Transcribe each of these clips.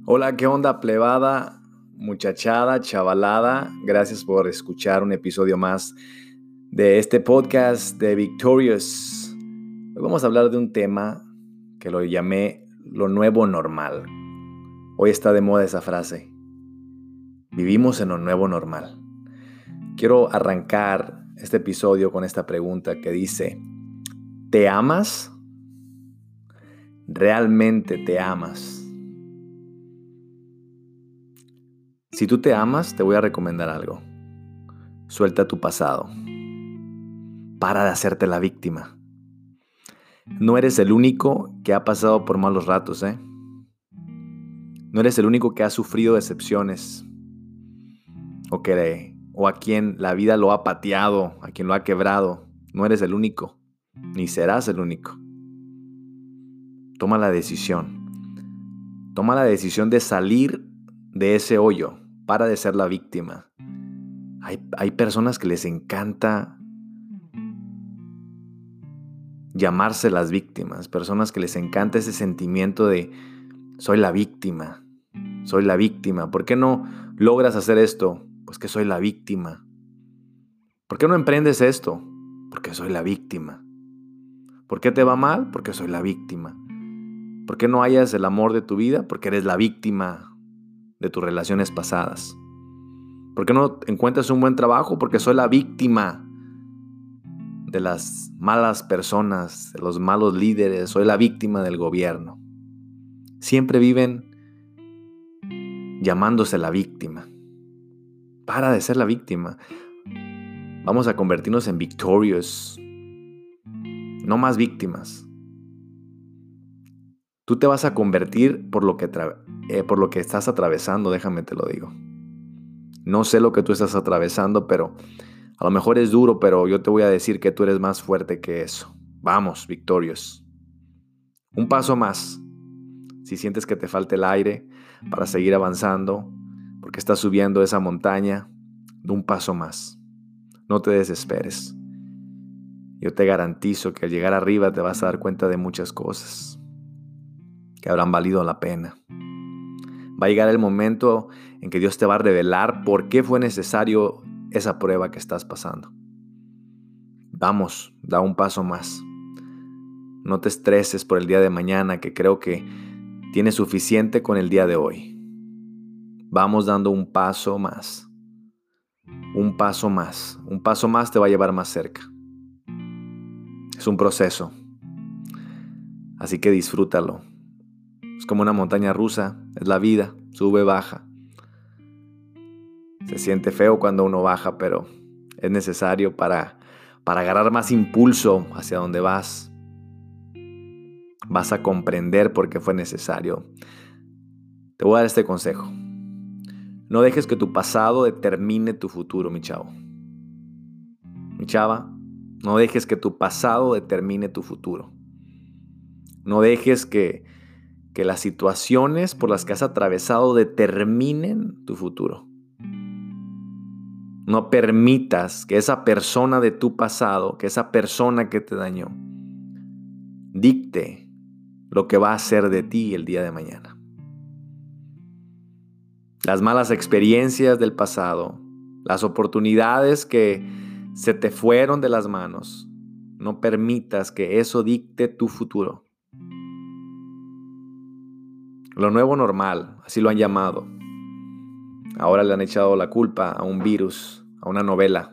Hola, ¿qué onda, plebada, muchachada, chavalada? Gracias por escuchar un episodio más de este podcast de Victorious. Hoy vamos a hablar de un tema que lo llamé lo nuevo normal. Hoy está de moda esa frase. Vivimos en lo nuevo normal. Quiero arrancar este episodio con esta pregunta que dice: ¿te amas? ¿Realmente te amas? Si tú te amas, te voy a recomendar algo. Suelta tu pasado. Para de hacerte la víctima. No eres el único que ha pasado por malos ratos, ¿eh? No eres el único que ha sufrido decepciones o a quien la vida lo ha pateado, a quien lo ha quebrado. No eres el único, ni serás el único. Toma la decisión. Toma la decisión de salir de ese hoyo. Para de ser la víctima. Hay personas que les encanta llamarse las víctimas, personas que les encanta ese sentimiento de soy la víctima. Soy la víctima. ¿Por qué no logras hacer esto? Pues que soy la víctima. ¿Por qué no emprendes esto? Porque soy la víctima. ¿Por qué te va mal? Porque soy la víctima. ¿Por qué no hallas el amor de tu vida? Porque eres la víctima de tus relaciones pasadas. ¿Por qué no encuentras un buen trabajo? Porque soy la víctima de las malas personas, de los malos líderes. Soy la víctima del gobierno. Siempre viven llamándose la víctima. Para de ser la víctima. Vamos a convertirnos en victorious. No más víctimas. Tú te vas a convertir por lo que estás atravesando, déjame te lo digo. No sé lo que tú estás atravesando, pero a lo mejor es duro, pero yo te voy a decir que tú eres más fuerte que eso. Vamos, victorious. Un paso más. Si sientes que te falta el aire para seguir avanzando, porque estás subiendo esa montaña, de un paso más. No te desesperes. Yo te garantizo que al llegar arriba te vas a dar cuenta de muchas cosas que habrán valido la pena. Va a llegar el momento en que Dios te va a revelar por qué fue necesario esa prueba que estás pasando. Vamos, da un paso más. No te estreses por el día de mañana, que creo que tienes suficiente con el día de hoy. Vamos dando un paso más. Un paso más. Un paso más te va a llevar más cerca. Es un proceso. Así que disfrútalo. Es como una montaña rusa, es la vida, sube, baja. Se siente feo cuando uno baja, pero es necesario para agarrar más impulso hacia donde vas. Vas a comprender por qué fue necesario. Te voy a dar este consejo. No dejes que tu pasado determine tu futuro, mi chavo. Mi chava, no dejes que tu pasado determine tu futuro. No dejes que las situaciones por las que has atravesado determinen tu futuro. No permitas que esa persona de tu pasado, que esa persona que te dañó, dicte lo que va a hacer de ti el día de mañana. Las malas experiencias del pasado, las oportunidades que se te fueron de las manos, no permitas que eso dicte tu futuro. Lo nuevo normal, así lo han llamado. Ahora le han echado la culpa a un virus, a una novela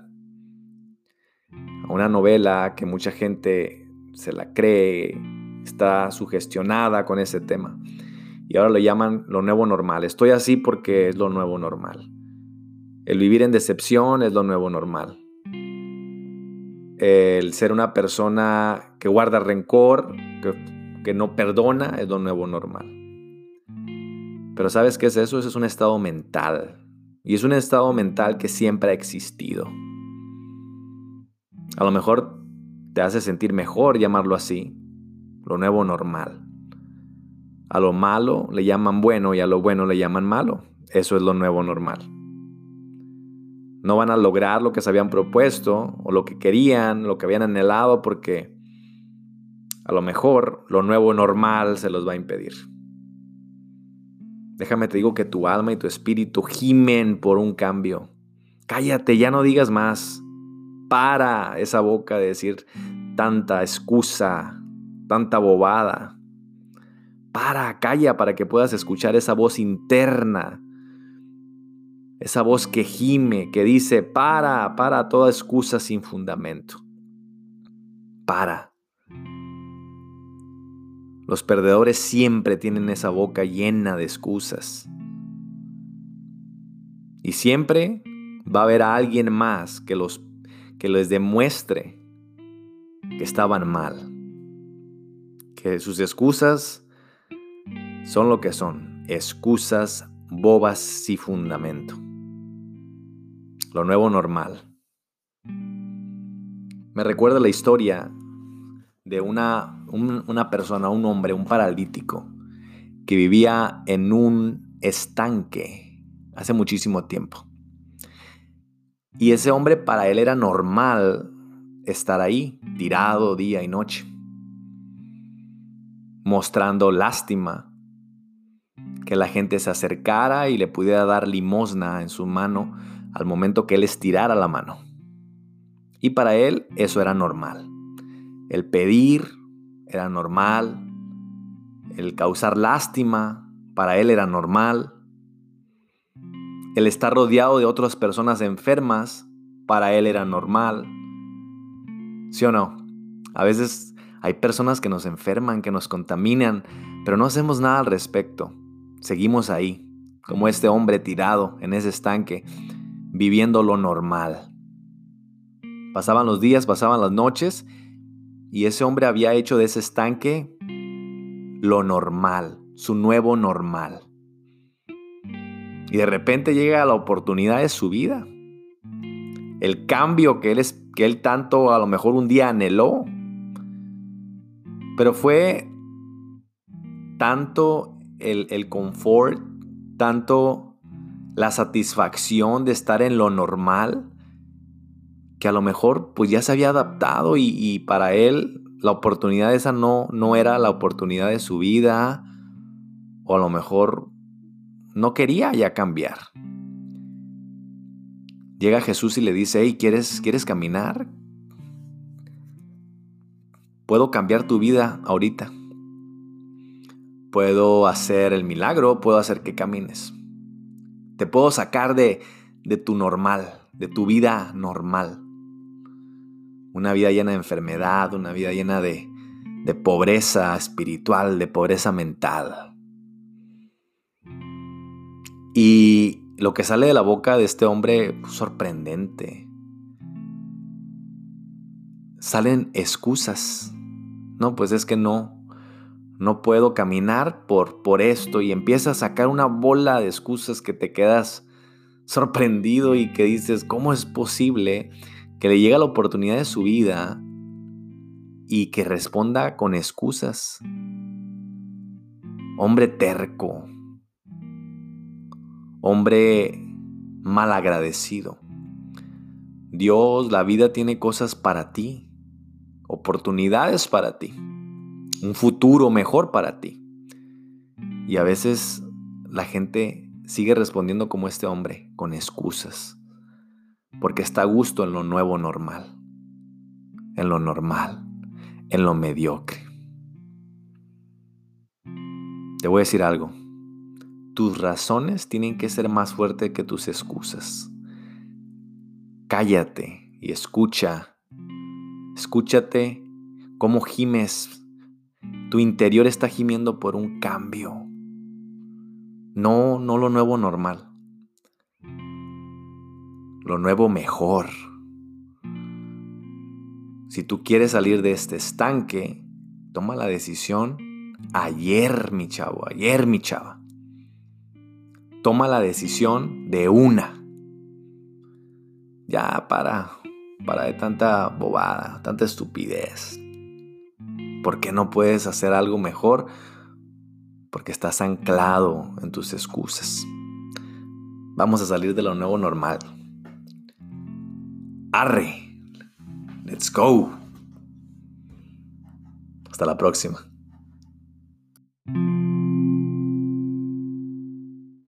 que mucha gente se la cree, está sugestionada con ese tema. Y ahora lo llaman lo nuevo normal. Estoy así porque es lo nuevo normal. El vivir en decepción es lo nuevo normal. El ser una persona que guarda rencor, que no perdona, es lo nuevo normal. Pero ¿sabes qué es eso? Eso es un estado mental. Y es un estado mental que siempre ha existido. A lo mejor te hace sentir mejor llamarlo así, lo nuevo normal. A lo malo le llaman bueno y a lo bueno le llaman malo. Eso es lo nuevo normal. No van a lograr lo que se habían propuesto o lo que querían, lo que habían anhelado, porque a lo mejor lo nuevo normal se los va a impedir. Déjame te digo que tu alma y tu espíritu gimen por un cambio. Cállate, ya no digas más. Para esa boca de decir tanta excusa, tanta bobada. Calla para que puedas escuchar esa voz interna. Esa voz que gime, que dice, para toda excusa sin fundamento. Para. Los perdedores siempre tienen esa boca llena de excusas. Y siempre va a haber a alguien más que les demuestre que estaban mal. Que sus excusas son lo que son. Excusas bobas sin fundamento. Lo nuevo normal. Me recuerda la historia de una persona, un hombre, un paralítico, que vivía en un estanque hace muchísimo tiempo. Y ese hombre, para él era normal estar ahí, tirado día y noche, mostrando lástima, que la gente se acercara y le pudiera dar limosna en su mano al momento que él estirara la mano. Y para él eso era normal. El pedir era normal. El causar lástima para él era normal. El estar rodeado de otras personas enfermas para él era normal. ¿Sí o no? A veces hay personas que nos enferman, que nos contaminan, pero no hacemos nada al respecto. Seguimos ahí, como este hombre tirado en ese estanque, viviendo lo normal. Pasaban los días, pasaban las noches, y ese hombre había hecho de ese estanque lo normal, su nuevo normal. Y de repente llega la oportunidad de su vida. El cambio que él tanto a lo mejor un día anheló. Pero fue tanto el confort, tanto la satisfacción de estar en lo normal, que a lo mejor pues ya se había adaptado y para él la oportunidad esa no era la oportunidad de su vida, o a lo mejor no quería ya cambiar. Llega Jesús y le dice, hey, ¿quieres caminar? Puedo cambiar tu vida ahorita. Puedo hacer el milagro, puedo hacer que camines. Te puedo sacar de tu normal, de tu vida normal. Una vida llena de enfermedad, una vida llena de pobreza espiritual, de pobreza mental. Y lo que sale de la boca de este hombre, sorprendente. Salen excusas. No, pues es que no puedo caminar por esto. Y empieza a sacar una bola de excusas que te quedas sorprendido y que dices, ¿cómo es posible que le llegue la oportunidad de su vida y que responda con excusas? Hombre terco, hombre malagradecido. Dios, la vida tiene cosas para ti, oportunidades para ti, un futuro mejor para ti. Y a veces la gente sigue respondiendo como este hombre, con excusas, porque está a gusto en lo nuevo normal, en lo normal, en lo mediocre. Te voy a decir algo. Tus razones tienen que ser más fuertes que tus excusas. Cállate y escucha. Escúchate cómo gimes. Tu interior está gimiendo por un cambio. No lo nuevo normal. Lo nuevo mejor. Si tú quieres salir de este estanque, toma la decisión ayer, mi chavo, ayer, mi chava. Toma la decisión de una. Ya para de tanta bobada, tanta estupidez. ¿Por qué no puedes hacer algo mejor? Porque estás anclado en tus excusas. Vamos a salir de lo nuevo normal. ¡Arre! ¡Let's go! Hasta la próxima.